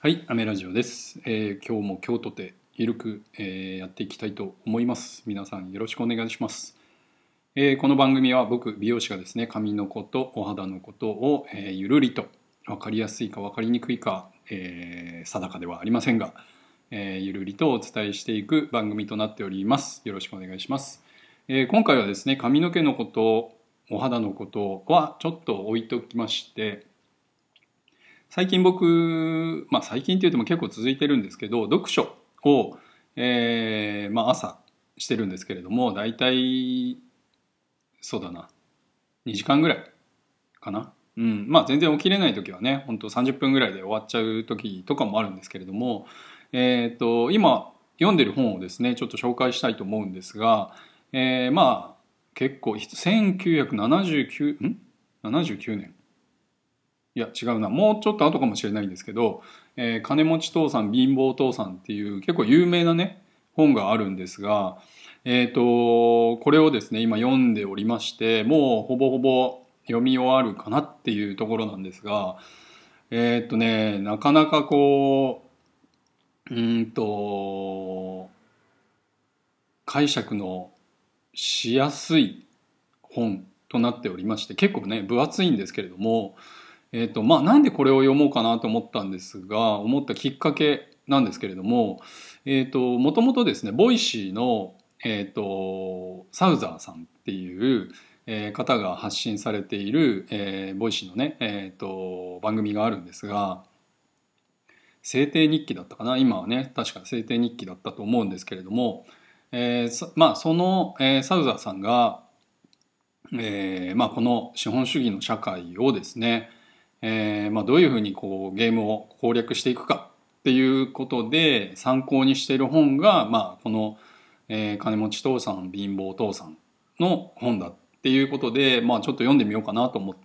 はい、アメラジオです。今日も今日とてゆるく、やっていきたいと思います。皆さんよろしくお願いします。この番組は僕美容師がですね、髪のこと、お肌のことを、ゆるりと分かりやすいか分かりにくいか、定かではありませんが、ゆるりとお伝えしていく番組となっております。よろしくお願いします。今回はですね、髪の毛のこと、お肌のことはちょっと置いときまして、最近僕、最近って言っても結構続いてるんですけど、読書を、朝してるんですけれども、だいたいそうだな、2時間ぐらいかな。全然起きれない時はね、本当30分ぐらいで終わっちゃう時とかもあるんですけれども、今読んでる本をですね、ちょっと紹介したいと思うんですが、結構1979、79年いや違うな、もうちょっと後かもしれないんですけど金持ち父さん貧乏父さんっていう結構有名なね本があるんですが、これをですね今読んでおりまして、もうほぼほぼ読み終わるかなっていうところなんですが、なかなか解釈のしやすい本となっておりまして、結構ね分厚いんですけれども、なんでこれを読もうかなと思ったんですが、思ったきっかけなんですけれども、もともとですね、ボイシーの、サウザーさんっていう、方が発信されている、ボイシーのね、番組があるんですが、制定日記だったかな、今はね、確か制定日記だったと思うんですけれども、その、サウザーさんが、この資本主義の社会をですね、どういうふうにこうゲームを攻略していくかっていうことで参考にしている本が、この、金持ち父さん貧乏父さんの本だっていうことで、ちょっと読んでみようかなと思って、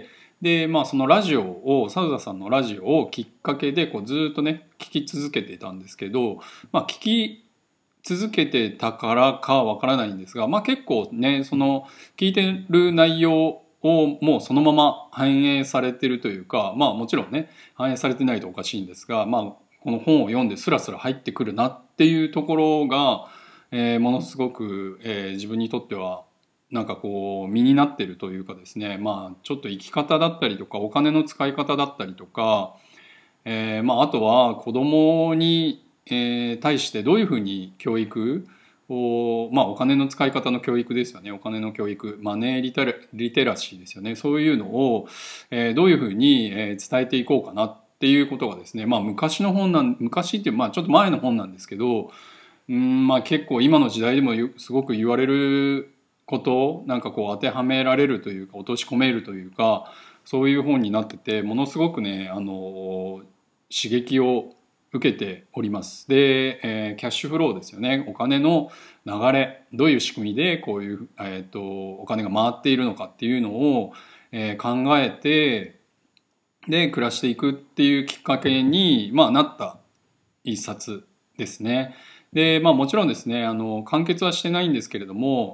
で、そのラジオをサウザさんのラジオをきっかけでこうずっとね聞き続けていたんですけど、聞き続けてたからかわからないんですが、結構ねその聞いてる内容をもうそのまま反映されてるというか、もちろんね反映されてないとおかしいんですが、この本を読んでスラスラ入ってくるなっていうところが、ものすごく、自分にとってはなんかこう身になってるというかですね、ちょっと生き方だったりとかお金の使い方だったりとか、あとは子供に、対してどういうふうに教育を、お金の使い方の教育ですよね。お金の教育、マネーリテラシーですよね。そういうのを、どういうふうに、伝えていこうかなっていうことがですね、昔っていう、ちょっと前の本なんですけど、結構今の時代でもすごく言われることなんかこう当てはめられるというか落とし込めるというか、そういう本になってて、ものすごくね刺激を受けております。で、キャッシュフローですよね。お金の流れ、どういう仕組みでこういう、お金が回っているのかっていうのを、考えて、で暮らしていくっていうきっかけに、なった一冊ですね。で、もちろんですね、完結はしてないんですけれども、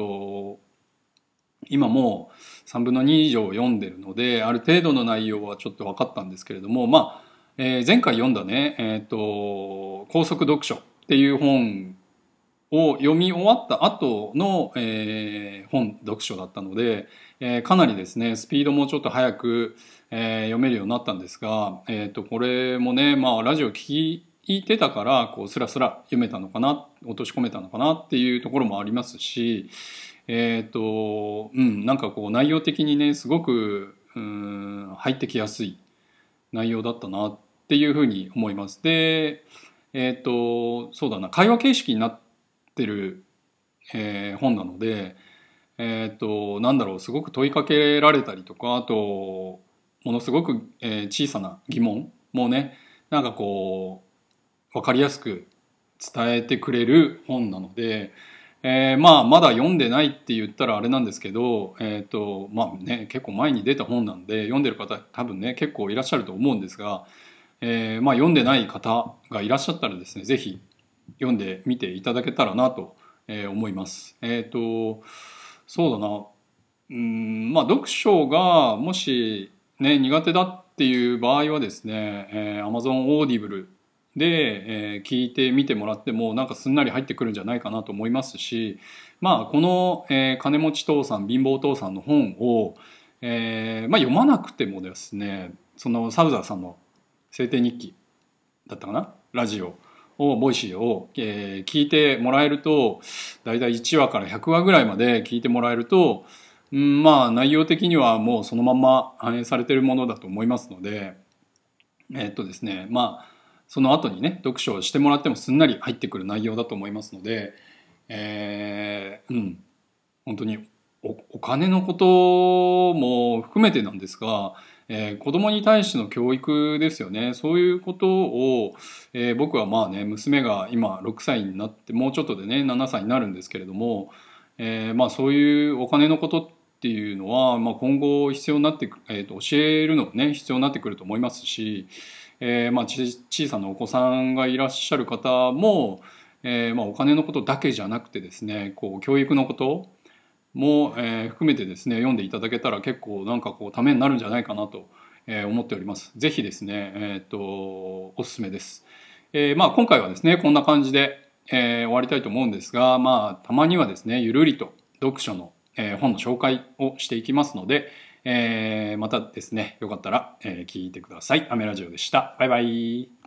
今もう3分の2以上読んでるので、ある程度の内容はちょっと分かったんですけれども、前回読んだね、高速読書っていう本を読み終わった後の、読書だったので、かなりですねスピードもちょっと早く、読めるようになったんですが、これもね、ラジオ聞いてたからこうスラスラ読めたのかな、落とし込めたのかなっていうところもありますし、なんかこう内容的にねすごく入ってきやすい内容だったなっていうふうに思います。で、そうだな、会話形式になってる、本なので、なんだろう、すごく問いかけられたりとか、あとものすごく、小さな疑問もねなんかこう分かりやすく伝えてくれる本なので、まだ読んでないって言ったらあれなんですけど、結構前に出た本なんで読んでる方多分ね結構いらっしゃると思うんですが、読んでない方がいらっしゃったらですね、ぜひ読んでみていただけたらなと、思います。そうだな、読書がもしね苦手だってっていう場合はですね、Amazon Audible で、聞いてみてもらってもなんかすんなり入ってくるんじゃないかなと思いますし、まあこの、金持ち父さん貧乏父さんの本を、まあ、読まなくてもですね、そのサウザーさんの「青天日記」だったかな、ラジオをボイシーを、聞いてもらえると、だいたい1話から100話ぐらいまで聞いてもらえると、まあ内容的にはもうそのまま反映されているものだと思いますので、ですね、まあその後にね読書をしてもらってもすんなり入ってくる内容だと思いますので、本当にお金のことも含めてなんですが、子供に対しての教育ですよね。そういうことを、僕はまあね、娘が今6歳になってもうちょっとでね7歳になるんですけれども、まあそういうお金のことっていうのは、まあ、今後必要になって教えるのがね必要になってくると思いますし、まあ小さなお子さんがいらっしゃる方も、まあお金のことだけじゃなくてですね、こう教育のことも、含めてですね読んでいただけたら結構なんかこうためになるんじゃないかなと、思っております。ぜひですね、おすすめです。まあ今回はですねこんな感じで、終わりたいと思うんですが、まあたまにはですねゆるりと読書の、本の紹介をしていきますので、またですねよかったら、聞いてください。アメラジオでした。バイバイ。